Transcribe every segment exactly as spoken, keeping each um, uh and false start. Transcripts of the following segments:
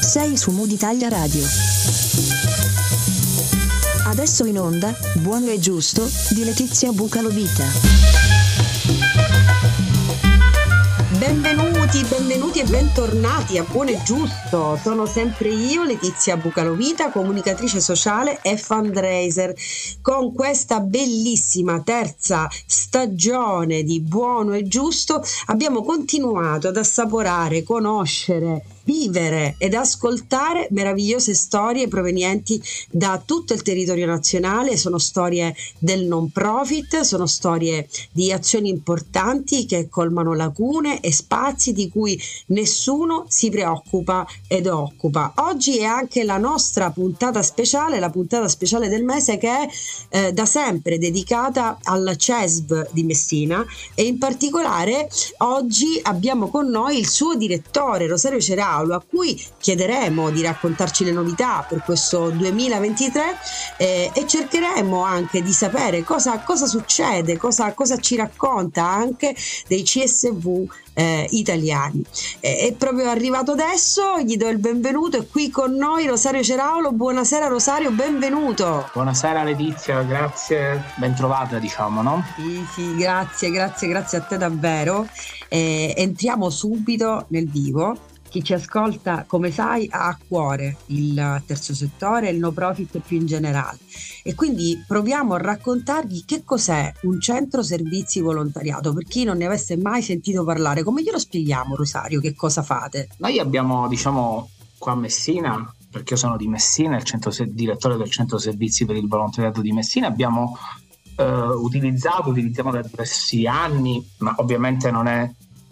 Sei su Mood Italia Radio. Adesso in onda, Buono e Giusto, di Letizia Bucalovita. Benvenuti, benvenuti e bentornati a Buono e Giusto. Sono sempre io, Letizia Bucalovita, comunicatrice sociale e fundraiser. Con questa bellissima terza stagione di Buono e Giusto abbiamo continuato ad assaporare, conoscere, vivere ed ascoltare meravigliose storie provenienti da tutto il territorio nazionale. Sono storie del non profit, sono storie di azioni importanti che colmano lacune e spazi di cui nessuno si preoccupa ed occupa. Oggi è anche la nostra puntata speciale, la puntata speciale del mese, che è eh, da sempre dedicata al C E S V di Messina, e in particolare oggi abbiamo con noi il suo direttore Rosario Ceraulo, a cui chiederemo di raccontarci le novità per questo duemilaventitré eh, e cercheremo anche di sapere cosa, cosa succede, cosa, cosa ci racconta anche dei C S V eh, italiani. Eh, è proprio arrivato adesso, gli do il benvenuto, è qui con noi Rosario Ceraulo. Buonasera Rosario, benvenuto. Buonasera Letizia, grazie, ben trovata, diciamo, no? Sì, sì, grazie, grazie, grazie a te davvero. Eh, entriamo subito nel vivo. Chi ci ascolta, come sai, ha a cuore il terzo settore e il no profit più in generale, e quindi proviamo a raccontargli che cos'è un centro servizi volontariato, per chi non ne avesse mai sentito parlare. Come glielo spieghiamo, Rosario, che cosa fate? Noi abbiamo, diciamo, qua a Messina, perché io sono di Messina, il centro, direttore del centro servizi per il volontariato di Messina, abbiamo eh, utilizzato, utilizziamo da diversi anni, ma ovviamente non è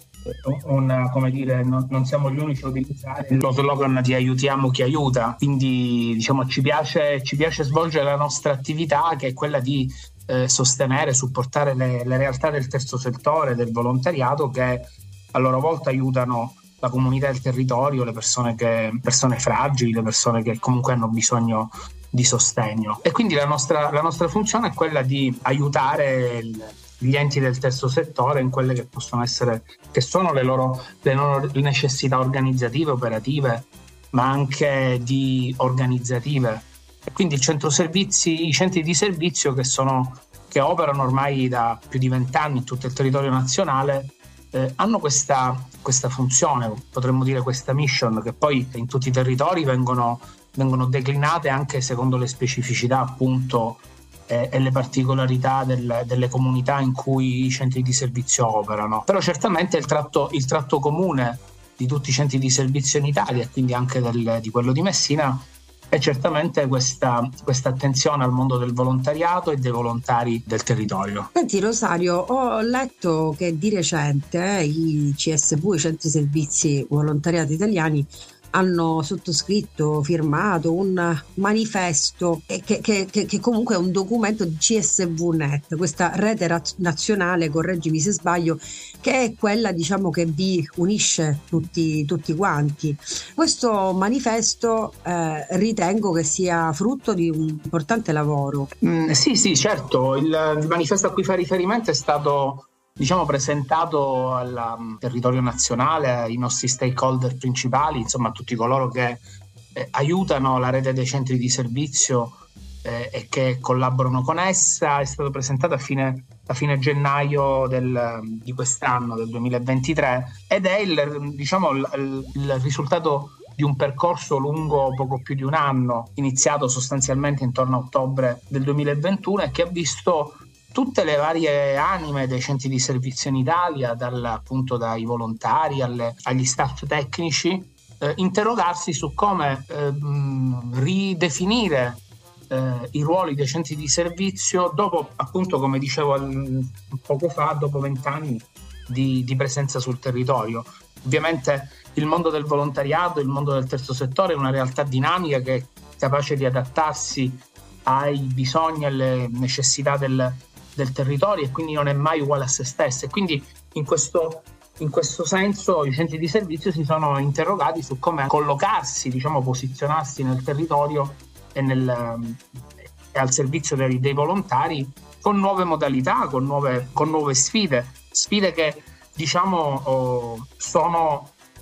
Un, come dire, non, non siamo gli unici a utilizzare lo slogan di aiutiamo chi aiuta, quindi diciamo ci piace, ci piace svolgere la nostra attività, che è quella di eh, sostenere, supportare le, le realtà del terzo settore, del volontariato, che a loro volta aiutano la comunità del territorio, le persone, che, persone fragili, le persone che comunque hanno bisogno di sostegno. E quindi la nostra, la nostra funzione è quella di aiutare il, gli enti del terzo settore in quelle che possono essere, che sono le loro, le loro necessità organizzative, operative, ma anche di organizzative. E quindi il centro servizi, i centri di servizio che sono, che operano ormai da più di vent'anni in tutto il territorio nazionale, eh, hanno questa, questa funzione, potremmo dire questa mission, che poi in tutti i territori vengono, vengono declinate anche secondo le specificità, appunto, e le particolarità del, delle comunità in cui i centri di servizio operano. Però certamente il tratto, il tratto comune di tutti i centri di servizio in Italia, e quindi anche del, di quello di Messina, è certamente questa, questa attenzione al mondo del volontariato e dei volontari del territorio. Senti Rosario, ho letto che di recente eh, i C S V, i centri servizi volontariati italiani, hanno sottoscritto, firmato un manifesto che, che, che, che comunque è un documento di C S V Net, questa rete raz- nazionale, correggimi se sbaglio, che è quella, diciamo, che vi unisce tutti, tutti quanti. Questo manifesto eh, ritengo che sia frutto di un importante lavoro. Mm, sì, sì, certo. Il, il manifesto a cui fa riferimento è stato, diciamo, presentato al um, territorio nazionale, ai nostri stakeholder principali, insomma a tutti coloro che eh, aiutano la rete dei centri di servizio eh, e che collaborano con essa. È stato presentato a fine, a fine gennaio del, di quest'anno, del duemilaventitré, ed è il, diciamo, il, il risultato di un percorso lungo poco più di un anno, iniziato sostanzialmente intorno a ottobre del duemilaventuno, e che ha visto tutte le varie anime dei centri di servizio in Italia, dal, appunto dai volontari alle, agli staff tecnici, eh, interrogarsi su come eh, mh, ridefinire eh, i ruoli dei centri di servizio dopo, appunto, come dicevo al, poco fa, dopo vent'anni di, di presenza sul territorio. Ovviamente il mondo del volontariato, il mondo del terzo settore è una realtà dinamica che è capace di adattarsi ai bisogni e alle necessità del del territorio, e quindi non è mai uguale a se stessa. E quindi in questo, in questo senso i centri di servizio si sono interrogati su come collocarsi, diciamo, posizionarsi nel territorio e, nel, e al servizio dei, dei volontari, con nuove modalità, con nuove, con nuove sfide, sfide che, diciamo, oh, sono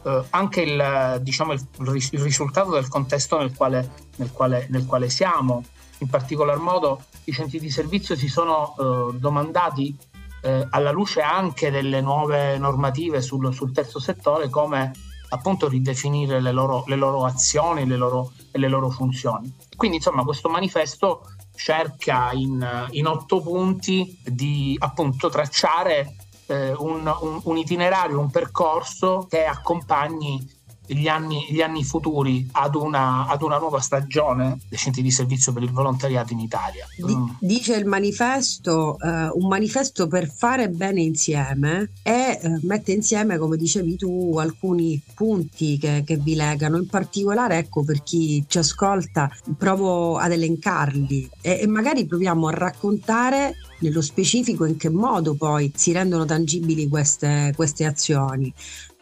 eh, anche il, diciamo, il, il risultato del contesto nel quale, nel quale, nel quale siamo. In particolar modo i centri di servizio si sono eh, domandati, eh, alla luce anche delle nuove normative sul, sul terzo settore, come appunto ridefinire le loro, le loro azioni le loro, e le loro funzioni. Quindi insomma questo manifesto cerca in, in otto punti di appunto tracciare eh, un, un, un itinerario, un percorso che accompagni gli anni, gli anni futuri ad una, ad una nuova stagione dei centri di servizio per il volontariato in Italia. D- dice il manifesto, eh, un manifesto per fare bene insieme, e eh, mette insieme, come dicevi tu, alcuni punti che, che vi legano. In particolare, ecco, per chi ci ascolta, provo ad elencarli e, e magari proviamo a raccontare nello specifico in che modo poi si rendono tangibili queste, queste azioni.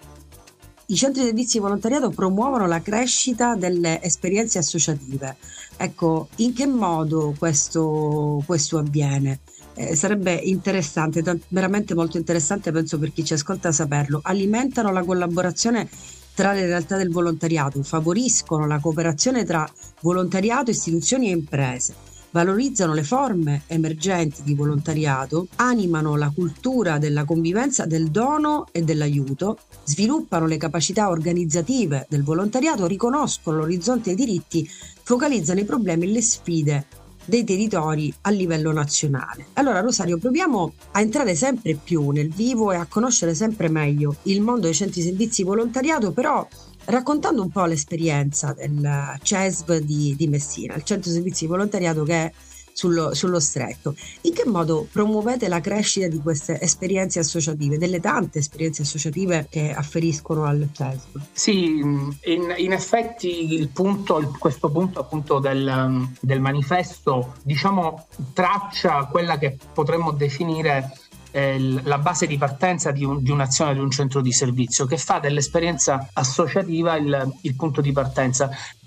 I centri di servizi di volontariato promuovono la crescita delle esperienze associative. Ecco, in che modo questo, questo avviene? Eh, sarebbe interessante, t- veramente molto interessante, penso, per chi ci ascolta saperlo. Alimentano la collaborazione tra le realtà del volontariato, favoriscono la cooperazione tra volontariato, istituzioni e imprese. Valorizzano le forme emergenti di volontariato, animano la cultura della convivenza, del dono e dell'aiuto, sviluppano le capacità organizzative del volontariato, riconoscono l'orizzonte dei diritti, focalizzano i problemi e le sfide dei territori a livello nazionale. Allora, Rosario, proviamo a entrare sempre più nel vivo e a conoscere sempre meglio il mondo dei centri di servizi volontariato, però raccontando un po' l'esperienza del C E S V di, di Messina, il centro servizi di volontariato che è sullo, sullo Stretto. In che modo promuovete la crescita di queste esperienze associative, delle tante esperienze associative che afferiscono al C E S V? Sì, in, in effetti il punto, questo punto appunto del, del manifesto, diciamo, traccia quella che potremmo definire la base di partenza di, un, di un'azione di un centro di servizio, che fa dell'esperienza associativa il, il punto di partenza.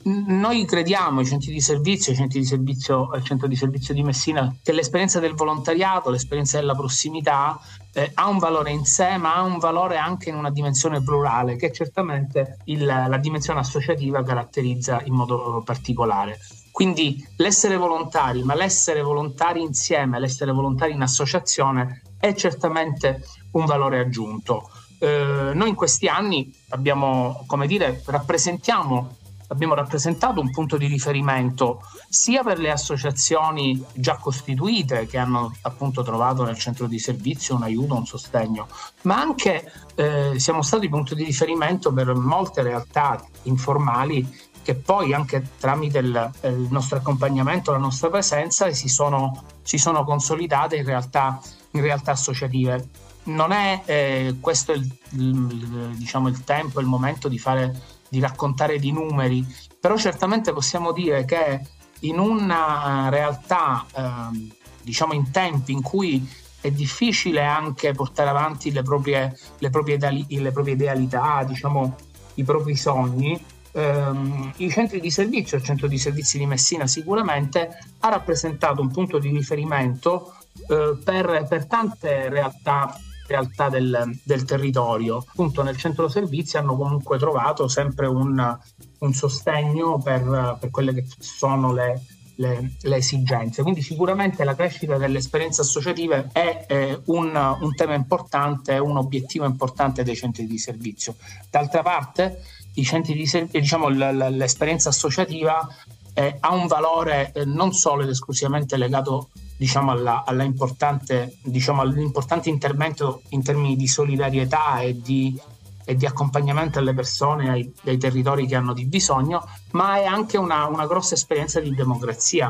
Noi crediamo, i centri di servizio, i centri di servizio, il centro di servizio di Messina, che l'esperienza del volontariato, l'esperienza della prossimità eh, ha un valore in sé, ma ha un valore anche in una dimensione plurale, che certamente il, la dimensione associativa caratterizza in modo particolare. Quindi l'essere volontari, ma l'essere volontari insieme, l'essere volontari in associazione è certamente un valore aggiunto. Eh, noi in questi anni abbiamo, come dire, rappresentiamo, abbiamo rappresentato un punto di riferimento sia per le associazioni già costituite, che hanno appunto trovato nel centro di servizio un aiuto, un sostegno, ma anche eh, siamo stati punto di riferimento per molte realtà informali che poi anche tramite il, il nostro accompagnamento, la nostra presenza, si sono, si sono consolidate in realtà, in realtà associative. Non è eh, questo il, il, diciamo, il tempo, il momento di fare, di raccontare di numeri, però certamente possiamo dire che in una realtà, eh, diciamo in tempi in cui è difficile anche portare avanti le proprie, le proprie, le proprie idealità, diciamo i propri sogni, Um, i centri di servizio, il centro di servizi di Messina sicuramente ha rappresentato un punto di riferimento uh, per, per tante realtà, realtà del, del territorio. Appunto nel centro servizi hanno comunque trovato sempre un, un sostegno per, per quelle che sono le, le, le esigenze. Quindi sicuramente la crescita delle esperienze associative è eh, un, un tema importante, un obiettivo importante dei centri di servizio. D'altra parte i centri di servizio, diciamo l- l'esperienza associativa eh, ha un valore eh, non solo ed esclusivamente legato, diciamo, alla, alla importante, diciamo, all'importante intervento in termini di solidarietà e di, e di accompagnamento alle persone, ai, ai territori che hanno di bisogno, ma è anche una, una grossa esperienza di democrazia.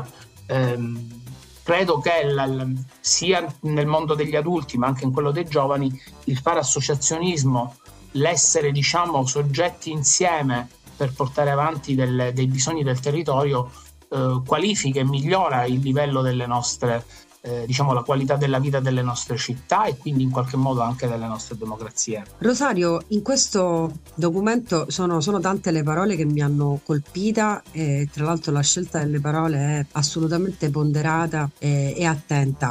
Ehm, credo che la, la, sia nel mondo degli adulti ma anche in quello dei giovani, il fare associazionismo, l'essere, diciamo, soggetti insieme per portare avanti delle, dei bisogni del territorio eh, qualifica e migliora il livello delle nostre, eh, diciamo, la qualità della vita delle nostre città e quindi in qualche modo anche delle nostre democrazie. Rosario, in questo documento sono, sono tante le parole che mi hanno colpita e tra l'altro la scelta delle parole è assolutamente ponderata e, e attenta.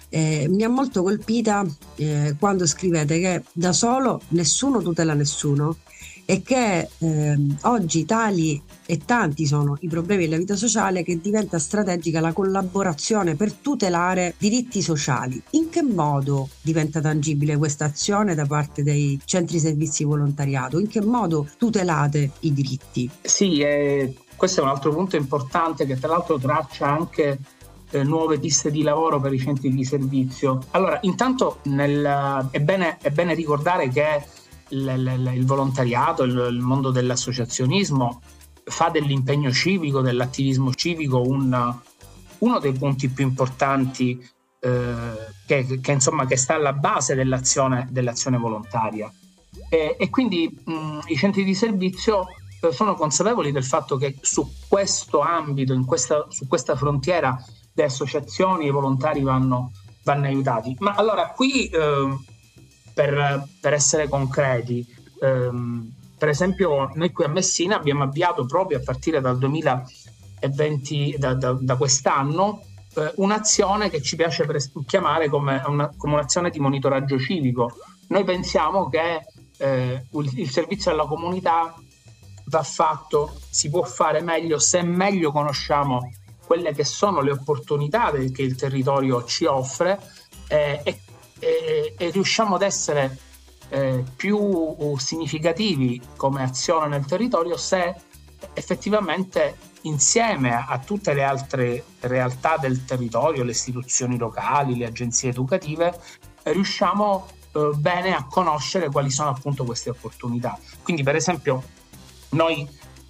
Eh, mi ha molto colpita eh, quando scrivete che da solo nessuno tutela nessuno e che eh, oggi tali e tanti sono i problemi della vita sociale che diventa strategica la collaborazione per tutelare diritti sociali. In che modo diventa tangibile questa azione da parte dei centri servizi volontariato? In che modo tutelate i diritti? Sì, eh, questo è un altro punto importante che tra l'altro traccia anche eh, nuove piste di lavoro per i centri di servizio. Allora, intanto nel, è, bene, è bene ricordare che il, il, il volontariato, il, il mondo dell'associazionismo fa dell'impegno civico, dell'attivismo civico un, uno dei punti più importanti eh, che, che, insomma, che sta alla base dell'azione, dell'azione volontaria. E, e quindi mh, i centri di servizio eh, sono consapevoli del fatto che su questo ambito, in questa, su questa frontiera, le associazioni e i volontari vanno, vanno aiutati. Ma allora qui eh, per, per essere concreti, ehm, per esempio noi qui a Messina abbiamo avviato proprio a partire dal duemilaventi, da, da, da quest'anno, eh, un'azione che ci piace pres- chiamare come, una, come un'azione di monitoraggio civico. Noi pensiamo che eh, il, il servizio alla comunità va fatto, si può fare meglio se meglio conosciamo quelle che sono le opportunità che il territorio ci offre eh, e, e, e riusciamo ad essere eh, più significativi come azione nel territorio se effettivamente insieme a, a tutte le altre realtà del territorio, le istituzioni locali, le agenzie educative, eh, riusciamo eh, bene a conoscere quali sono appunto queste opportunità. Quindi per esempio noi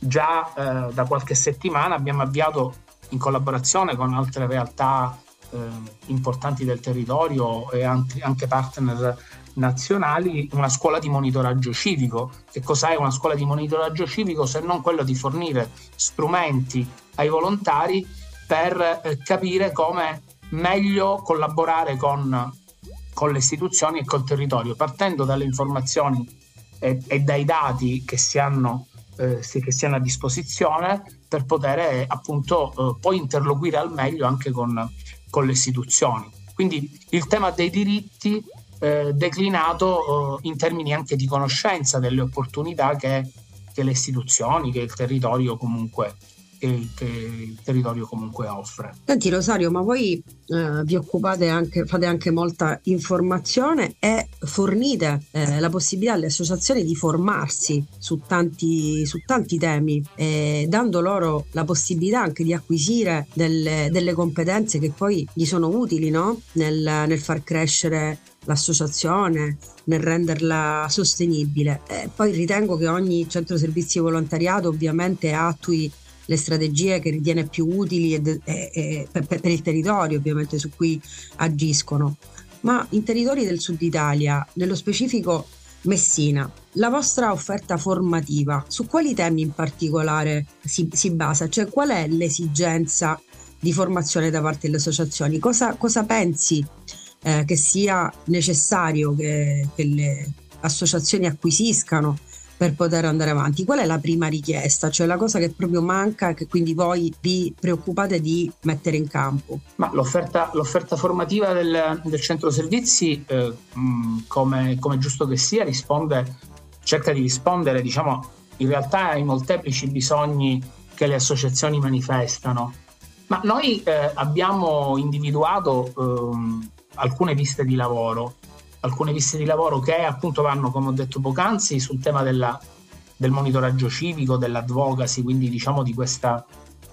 già eh, da qualche settimana abbiamo avviato in collaborazione con altre realtà eh, importanti del territorio e anche partner nazionali una scuola di monitoraggio civico. Che cos'è una scuola di monitoraggio civico se non quello di fornire strumenti ai volontari per eh, capire come meglio collaborare con, con le istituzioni e col territorio, partendo dalle informazioni e, e dai dati che si hanno eh, che si hanno a disposizione per poter eh, appunto eh, poi interloquire al meglio anche con, con le istituzioni. Quindi il tema dei diritti eh, declinato eh, in termini anche di conoscenza delle opportunità che, che le istituzioni, che il territorio comunque che, che il territorio comunque offre. Senti Rosario, ma voi eh, vi occupate anche, fate anche molta informazione e fornite eh, la possibilità alle associazioni di formarsi su tanti, su tanti temi, eh, dando loro la possibilità anche di acquisire delle, delle competenze che poi gli sono utili, no? nel, nel far crescere l'associazione, nel renderla sostenibile. E poi ritengo che ogni centro servizi e volontariato ovviamente attui le strategie che ritiene più utili e, e, e, per, per il territorio ovviamente su cui agiscono. Ma in territori del sud Italia, nello specifico Messina, la vostra offerta formativa su quali temi in particolare si, si basa? Cioè qual è l'esigenza di formazione da parte delle associazioni? Cosa, cosa pensi eh, che sia necessario che, che le associazioni acquisiscano per poter andare avanti? Qual è la prima richiesta, cioè la cosa che proprio manca e che quindi voi vi preoccupate di mettere in campo? Ma l'offerta, l'offerta formativa del, del centro servizi, eh, mh, come, come giusto che sia, risponde, cerca di rispondere, diciamo, in realtà ai molteplici bisogni che le associazioni manifestano. Ma noi eh, abbiamo individuato eh, alcune piste di lavoro. alcune piste di lavoro che appunto vanno, come ho detto poc'anzi, sul tema della, del monitoraggio civico, dell'advocacy, quindi diciamo di questa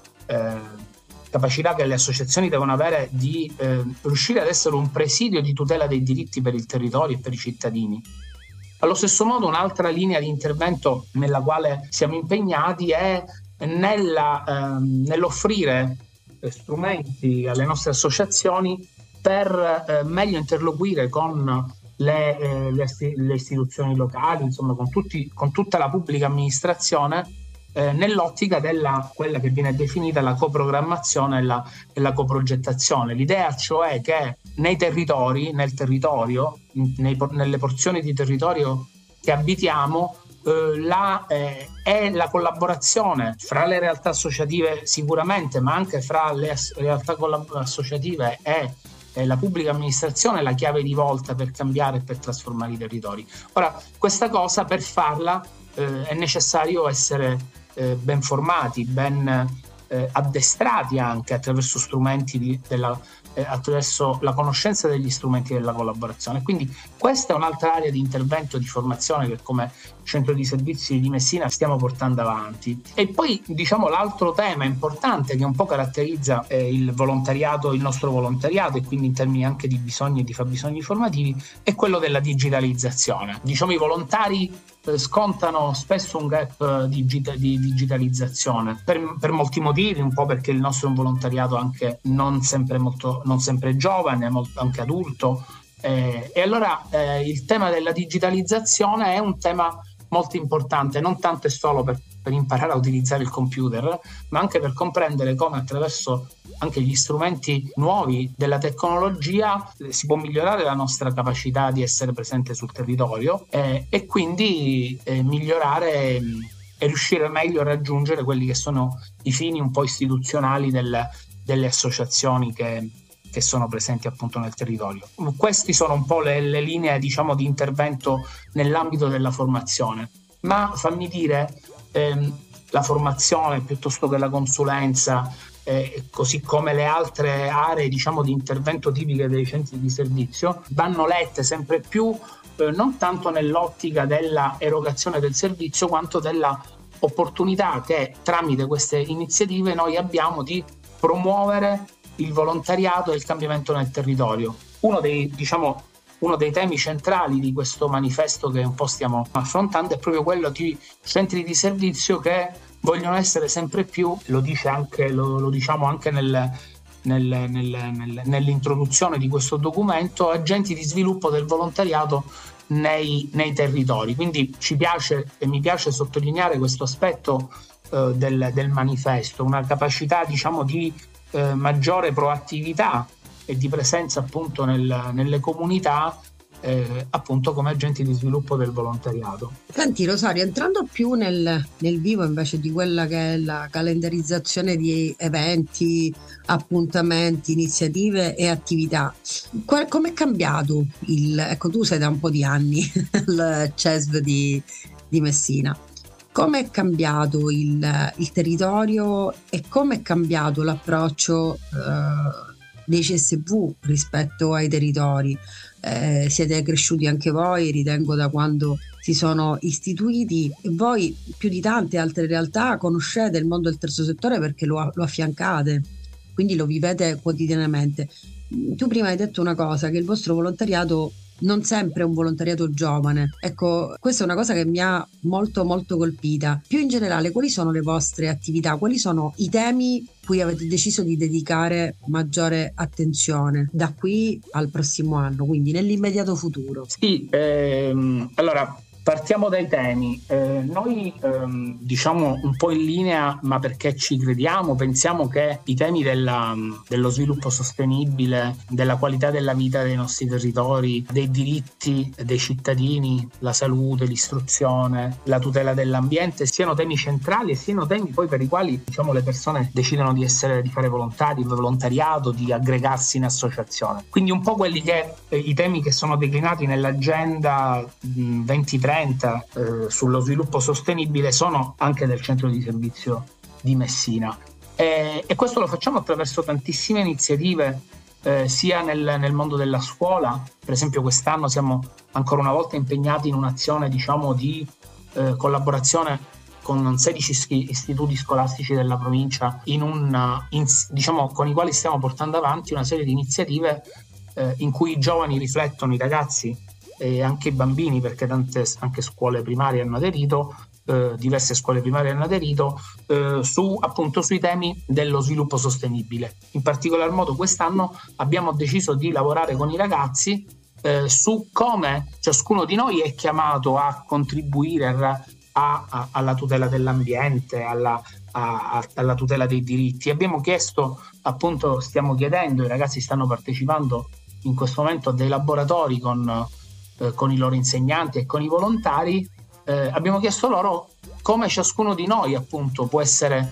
eh, capacità che le associazioni devono avere di eh, riuscire ad essere un presidio di tutela dei diritti per il territorio e per i cittadini. Allo stesso modo un'altra linea di intervento nella quale siamo impegnati è nella, eh, nell'offrire strumenti alle nostre associazioni per eh, meglio interloquire con le, eh, le, le istituzioni locali, insomma con, tutti, con tutta la pubblica amministrazione, eh, nell'ottica della quella che viene definita la coprogrammazione e la, e la coprogettazione. L'idea cioè che nei territori, nel territorio, nei, nelle porzioni di territorio che abitiamo, eh, la, eh, è la collaborazione fra le realtà associative sicuramente, ma anche fra le as- realtà collab- associative e eh, la pubblica amministrazione è la chiave di volta per cambiare e per trasformare i territori. Ora, questa cosa, per farla eh, è necessario essere eh, ben formati, ben eh, addestrati anche attraverso strumenti di, della, eh, attraverso la conoscenza degli strumenti della collaborazione. Quindi questa è un'altra area di intervento, di formazione che come Centro di Servizi di Messina stiamo portando avanti. E poi, diciamo, l'altro tema importante che un po' caratterizza eh, il volontariato, il nostro volontariato, e quindi in termini anche di bisogni e di fabbisogni formativi, è quello della digitalizzazione. Diciamo, i volontari eh, scontano spesso un gap di, di digitalizzazione per, per molti motivi, un po' perché il nostro è un volontariato anche non sempre molto, non sempre giovane, molto, anche adulto. Eh, e allora eh, il tema della digitalizzazione è un tema molto importante, non tanto e solo per, per imparare a utilizzare il computer, ma anche per comprendere come attraverso anche gli strumenti nuovi della tecnologia eh, si può migliorare la nostra capacità di essere presente sul territorio eh, e quindi eh, migliorare eh, e riuscire meglio a raggiungere quelli che sono i fini un po' istituzionali del, delle associazioni che che sono presenti appunto nel territorio. Queste sono un po' le, le linee, diciamo, di intervento nell'ambito della formazione, ma fammi dire ehm, la formazione piuttosto che la consulenza, eh, così come le altre aree, diciamo, di intervento tipiche dei centri di servizio, vanno lette sempre più eh, non tanto nell'ottica della erogazione del servizio quanto della opportunità che tramite queste iniziative noi abbiamo di promuovere il volontariato e il cambiamento nel territorio. Uno dei, diciamo, uno dei temi centrali di questo manifesto che un po' stiamo affrontando è proprio quello di centri di servizio che vogliono essere sempre più, lo dice anche, lo, lo diciamo anche nel, nel, nel, nel, nell'introduzione di questo documento, agenti di sviluppo del volontariato nei, nei territori. Quindi ci piace e mi piace sottolineare questo aspetto eh, del, del manifesto, una capacità, diciamo, di Eh, maggiore proattività e di presenza appunto nel, nelle comunità eh, appunto come agenti di sviluppo del volontariato. Senti Rosario, entrando più nel, nel vivo invece di quella che è la calendarizzazione di eventi, appuntamenti, iniziative e attività, come è cambiato il, ecco tu sei da un po' di anni il C E S V di, di Messina. Come è cambiato il, il territorio e come è cambiato l'approccio eh, dei C S V rispetto ai territori? Eh, siete cresciuti anche voi, ritengo, da quando si sono istituiti, e voi più di tante altre realtà conoscete il mondo del terzo settore perché lo, lo affiancate, quindi lo vivete quotidianamente. Tu prima hai detto una cosa, che il vostro volontariato non sempre è un volontariato giovane. Ecco, questa è una cosa che mi ha molto molto colpita. Più in generale, quali sono le vostre attività? Quali sono i temi cui avete deciso di dedicare maggiore attenzione da qui al prossimo anno, quindi nell'immediato futuro? Sì, ehm, allora partiamo dai temi. Eh, noi ehm, diciamo un po' in linea, ma perché ci crediamo, pensiamo che i temi della, dello sviluppo sostenibile, della qualità della vita dei nostri territori, dei diritti dei cittadini, la salute, l'istruzione, la tutela dell'ambiente siano temi centrali e siano temi poi per i quali, diciamo, le persone decidono di essere, di fare volontari, volontariato, di aggregarsi in associazione. Quindi un po' quelli che eh, i temi che sono declinati nell'agenda mh, ventitrenta Eh, sullo sviluppo sostenibile sono anche del centro di servizio di Messina e, e questo lo facciamo attraverso tantissime iniziative eh, sia nel, nel mondo della scuola. Per esempio quest'anno siamo ancora una volta impegnati in un'azione, diciamo, di eh, collaborazione con sedici istituti scolastici della provincia in una, in, diciamo, con i quali stiamo portando avanti una serie di iniziative eh, in cui i giovani riflettono, i ragazzi e anche i bambini, perché tante anche scuole primarie hanno aderito, eh, diverse scuole primarie hanno aderito eh, su appunto sui temi dello sviluppo sostenibile. In particolar modo quest'anno abbiamo deciso di lavorare con i ragazzi eh, su come ciascuno di noi è chiamato a contribuire a, a, alla tutela dell'ambiente, alla, a, alla tutela dei diritti. Abbiamo chiesto, appunto stiamo chiedendo, i ragazzi stanno partecipando in questo momento a dei laboratori con con i loro insegnanti e con i volontari. Eh, abbiamo chiesto loro come ciascuno di noi appunto può essere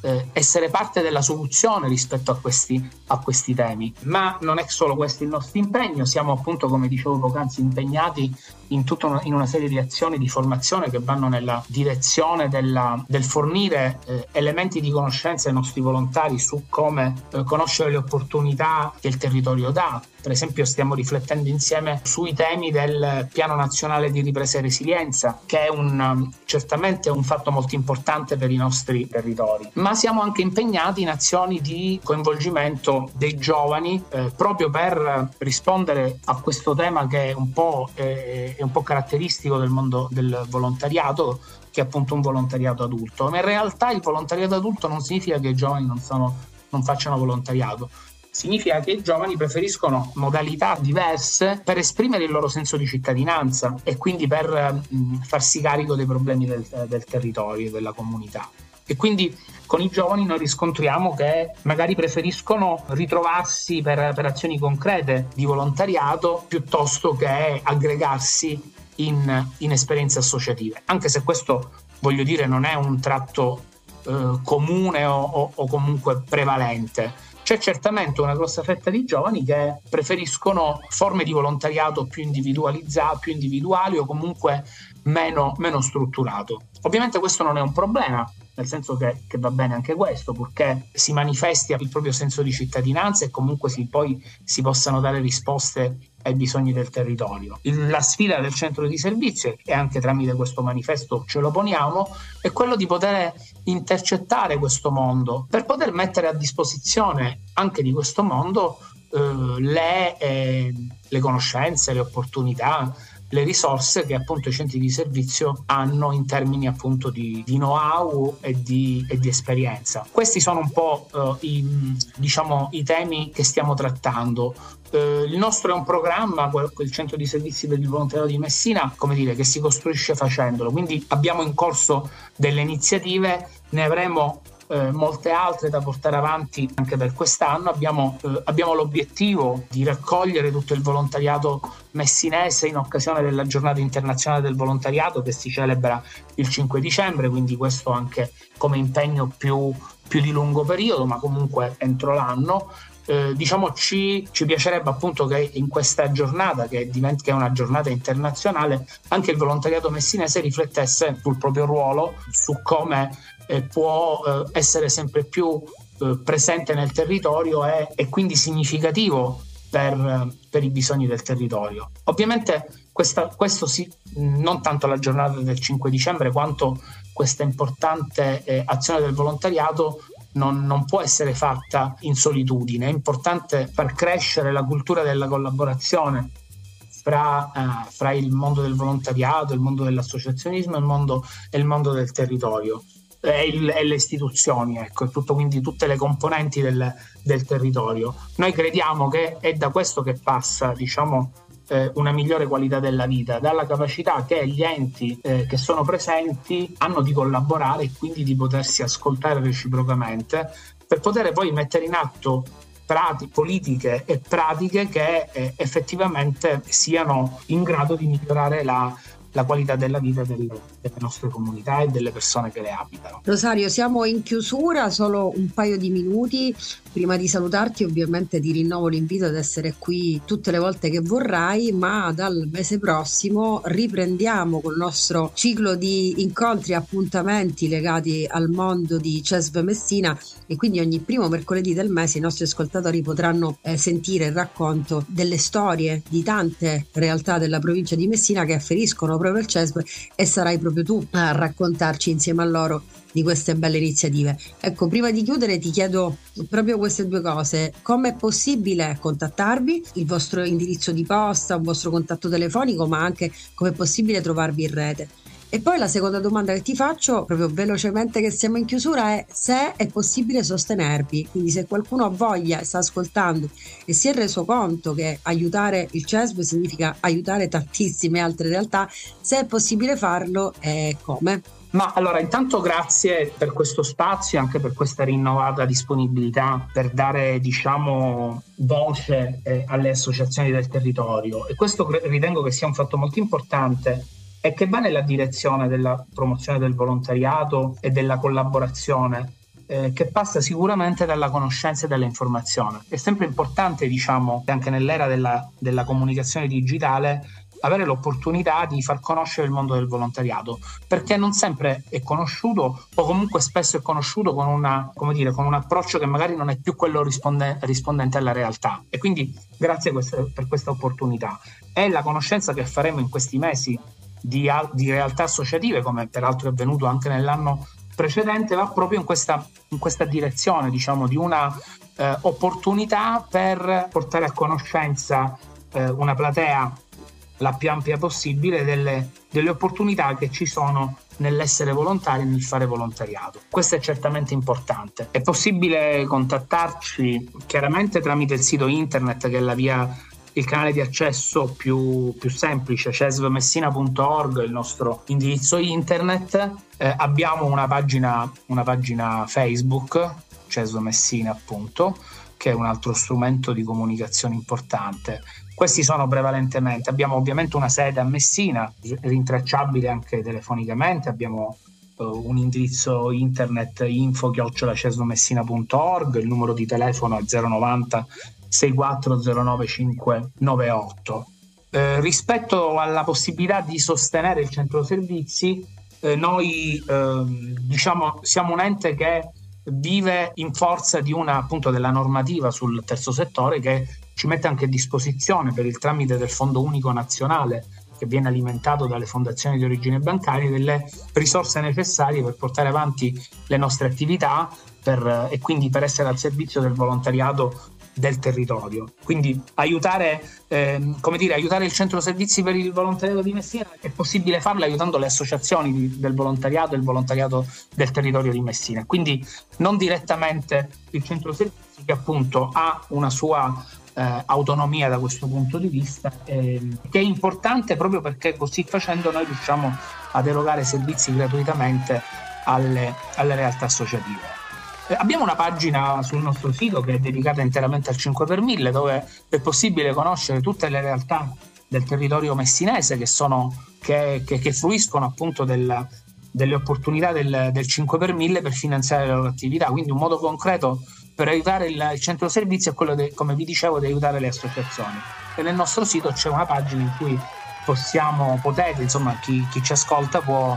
eh, essere parte della soluzione rispetto a questi, a questi temi. Ma non è solo questo il nostro impegno, siamo appunto, come dicevo poc'anzi, impegnati in tutta una, in una serie di azioni di formazione che vanno nella direzione della, del fornire eh, elementi di conoscenza ai nostri volontari su come eh, conoscere le opportunità che il territorio dà. Per esempio stiamo riflettendo insieme sui temi del Piano Nazionale di Ripresa e Resilienza, che è un, certamente un fatto molto importante per i nostri territori, ma siamo anche impegnati in azioni di coinvolgimento dei giovani eh, proprio per rispondere a questo tema che è un po', eh, è un po' caratteristico del mondo del volontariato, che è appunto un volontariato adulto. Ma in realtà il volontariato adulto non significa che i giovani non, sono, non facciano volontariato. Significa che i giovani preferiscono modalità diverse per esprimere il loro senso di cittadinanza e quindi per mh, farsi carico dei problemi del, del territorio e della comunità. E quindi con i giovani noi riscontriamo che magari preferiscono ritrovarsi per, per azioni concrete di volontariato piuttosto che aggregarsi in, in esperienze associative, anche se questo, voglio dire, non è un tratto eh, comune o, o, o comunque prevalente. C'è certamente una grossa fetta di giovani che preferiscono forme di volontariato più individualizzate, più individuali o comunque meno, meno strutturato. Ovviamente questo non è un problema, nel senso che, che va bene anche questo, purché si manifesti il proprio senso di cittadinanza e comunque si, poi si possano dare risposte ai bisogni del territorio. La sfida del centro di servizio, e anche tramite questo manifesto ce lo poniamo, è quello di poter intercettare questo mondo per poter mettere a disposizione anche di questo mondo eh, le, eh, le conoscenze, le opportunità, le risorse che appunto i centri di servizio hanno in termini appunto di, di know-how e di, e di esperienza. Questi sono un po' uh, i, diciamo, i temi che stiamo trattando. Uh, il nostro è un programma, quel centro di servizi per il volontariato di Messina, come dire, che si costruisce facendolo, quindi abbiamo in corso delle iniziative, ne avremo Eh, molte altre da portare avanti anche per quest'anno. Abbiamo, eh, abbiamo l'obiettivo di raccogliere tutto il volontariato messinese in occasione della giornata internazionale del volontariato che si celebra il cinque dicembre, quindi questo anche come impegno più, più di lungo periodo, ma comunque entro l'anno. Eh, diciamo ci, ci piacerebbe appunto che in questa giornata, che diventa che è una giornata internazionale, anche il volontariato messinese riflettesse sul proprio ruolo, su come eh, può eh, essere sempre più eh, presente nel territorio e, e quindi significativo per, per i bisogni del territorio. Ovviamente questa, questo sì, non tanto la giornata del cinque dicembre quanto questa importante eh, azione del volontariato Non, non può essere fatta in solitudine. È importante far crescere la cultura della collaborazione fra, eh, fra il mondo del volontariato, il mondo dell'associazionismo e il mondo, e il mondo del territorio e, il, e le istituzioni, ecco, e tutto, quindi tutte le componenti del, del territorio. Noi crediamo che è da questo che passa, diciamo, una migliore qualità della vita, dalla capacità che gli enti eh, che sono presenti hanno di collaborare e quindi di potersi ascoltare reciprocamente per poter poi mettere in atto prati- politiche e pratiche che eh, effettivamente siano in grado di migliorare la la qualità della vita delle, delle nostre comunità e delle persone che le abitano. Rosario, siamo in chiusura, solo un paio di minuti. Prima di salutarti ovviamente ti rinnovo l'invito ad essere qui tutte le volte che vorrai, ma dal mese prossimo riprendiamo col nostro ciclo di incontri e appuntamenti legati al mondo di C E S V Messina, e quindi ogni primo mercoledì del mese i nostri ascoltatori potranno eh, sentire il racconto delle storie di tante realtà della provincia di Messina che afferiscono proprio al C E S V, e sarai proprio tu a raccontarci insieme a loro di queste belle iniziative. Ecco, prima di chiudere ti chiedo proprio queste due cose: come è possibile contattarvi, il vostro indirizzo di posta, un vostro contatto telefonico, ma anche come è possibile trovarvi in rete. E poi la seconda domanda che ti faccio, proprio velocemente che siamo in chiusura, è se è possibile sostenervi. Quindi se qualcuno ha voglia, sta ascoltando e si è reso conto che aiutare il C E S V significa aiutare tantissime altre realtà, se è possibile farlo e come? Ma allora, intanto grazie per questo spazio e anche per questa rinnovata disponibilità per dare, diciamo, voce eh, alle associazioni del territorio, e questo ritengo che sia un fatto molto importante e che va nella direzione della promozione del volontariato e della collaborazione eh, che passa sicuramente dalla conoscenza e dall'informazione. È sempre importante, diciamo, anche nell'era della, della comunicazione digitale, avere l'opportunità di far conoscere il mondo del volontariato, perché non sempre è conosciuto, o comunque spesso è conosciuto con una, come dire, con un approccio che magari non è più quello risponde, rispondente alla realtà. E quindi grazie a questa, per questa opportunità. E la conoscenza che faremo in questi mesi di, di realtà associative, come peraltro è avvenuto anche nell'anno precedente, va proprio in questa, in questa direzione, diciamo, di una eh, opportunità per portare a conoscenza eh, una platea la più ampia possibile delle, delle opportunità che ci sono nell'essere volontari e nel fare volontariato. Questo è certamente importante. È possibile contattarci chiaramente tramite il sito internet, che è la via, il canale di accesso più, più semplice, cesvmessina punto org, il nostro indirizzo internet. Eh, abbiamo una pagina, una pagina Facebook, Cesvmessina appunto, che è un altro strumento di comunicazione importante. Questi sono prevalentemente, abbiamo ovviamente una sede a Messina, rintracciabile anche telefonicamente, abbiamo uh, un indirizzo internet info chiocciola cesvmessina punto org, il numero di telefono è zero novanta sessantaquattro zero nove cinque novantotto. Eh, rispetto alla possibilità di sostenere il centro servizi, eh, noi eh, diciamo siamo un ente che vive in forza di una, appunto, della normativa sul terzo settore, che ci mette anche a disposizione, per il tramite del Fondo Unico Nazionale, che viene alimentato dalle fondazioni di origine bancaria, delle risorse necessarie per portare avanti le nostre attività per, e quindi per essere al servizio del volontariato del territorio. Quindi aiutare, eh, come dire, aiutare il centro servizi per il volontariato di Messina è possibile farlo aiutando le associazioni di, del volontariato e il volontariato del territorio di Messina. Quindi non direttamente il centro servizi, che appunto ha una sua eh, autonomia da questo punto di vista, eh, che è importante proprio perché così facendo noi riusciamo ad erogare servizi gratuitamente alle, alle realtà associative. Abbiamo una pagina sul nostro sito che è dedicata interamente al cinque per mille, dove è possibile conoscere tutte le realtà del territorio messinese che sono che, che, che fruiscono appunto del, delle opportunità del, del cinque per mille per finanziare le loro attività. Quindi un modo concreto per aiutare il, il centro servizi è quello, de, come vi dicevo, di aiutare le associazioni. E nel nostro sito c'è una pagina in cui possiamo, potete, insomma, chi, chi ci ascolta può,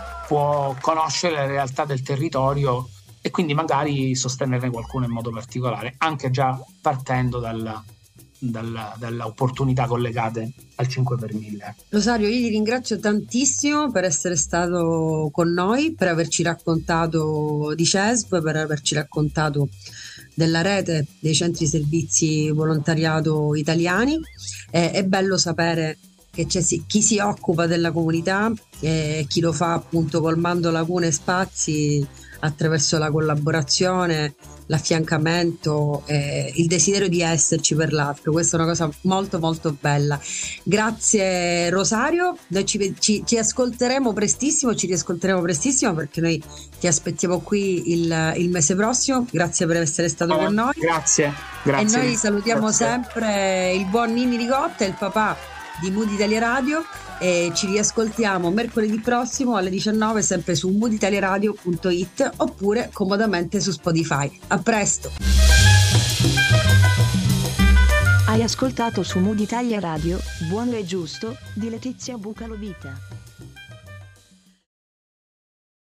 può conoscere le realtà del territorio e quindi magari sostenerne qualcuno in modo particolare, anche già partendo dalla, dalla, dalle opportunità collegate al cinque per mille. Rosario, io ti ringrazio tantissimo per essere stato con noi, per averci raccontato di CESV, per averci raccontato della rete dei centri servizi volontariato italiani. Eh, è bello sapere che c'è chi si occupa della comunità e chi lo fa appunto colmando lacune e spazi attraverso la collaborazione, l'affiancamento e il desiderio di esserci per l'altro. Questa è una cosa molto molto bella. Grazie Rosario, noi ci, ci, ci ascolteremo prestissimo, ci riascolteremo prestissimo, perché noi ti aspettiamo qui il, il mese prossimo. Grazie per essere stato eh, con noi. Grazie, grazie. E noi salutiamo grazie. sempre il buon Ninni Ricotta, il papà di Mood Italia Radio, e ci riascoltiamo mercoledì prossimo alle diciannove, sempre su mood italia radio punto it oppure comodamente su Spotify. A presto. Hai ascoltato su Mood Italia Radio Buono e Giusto di Letizia Bucalovita.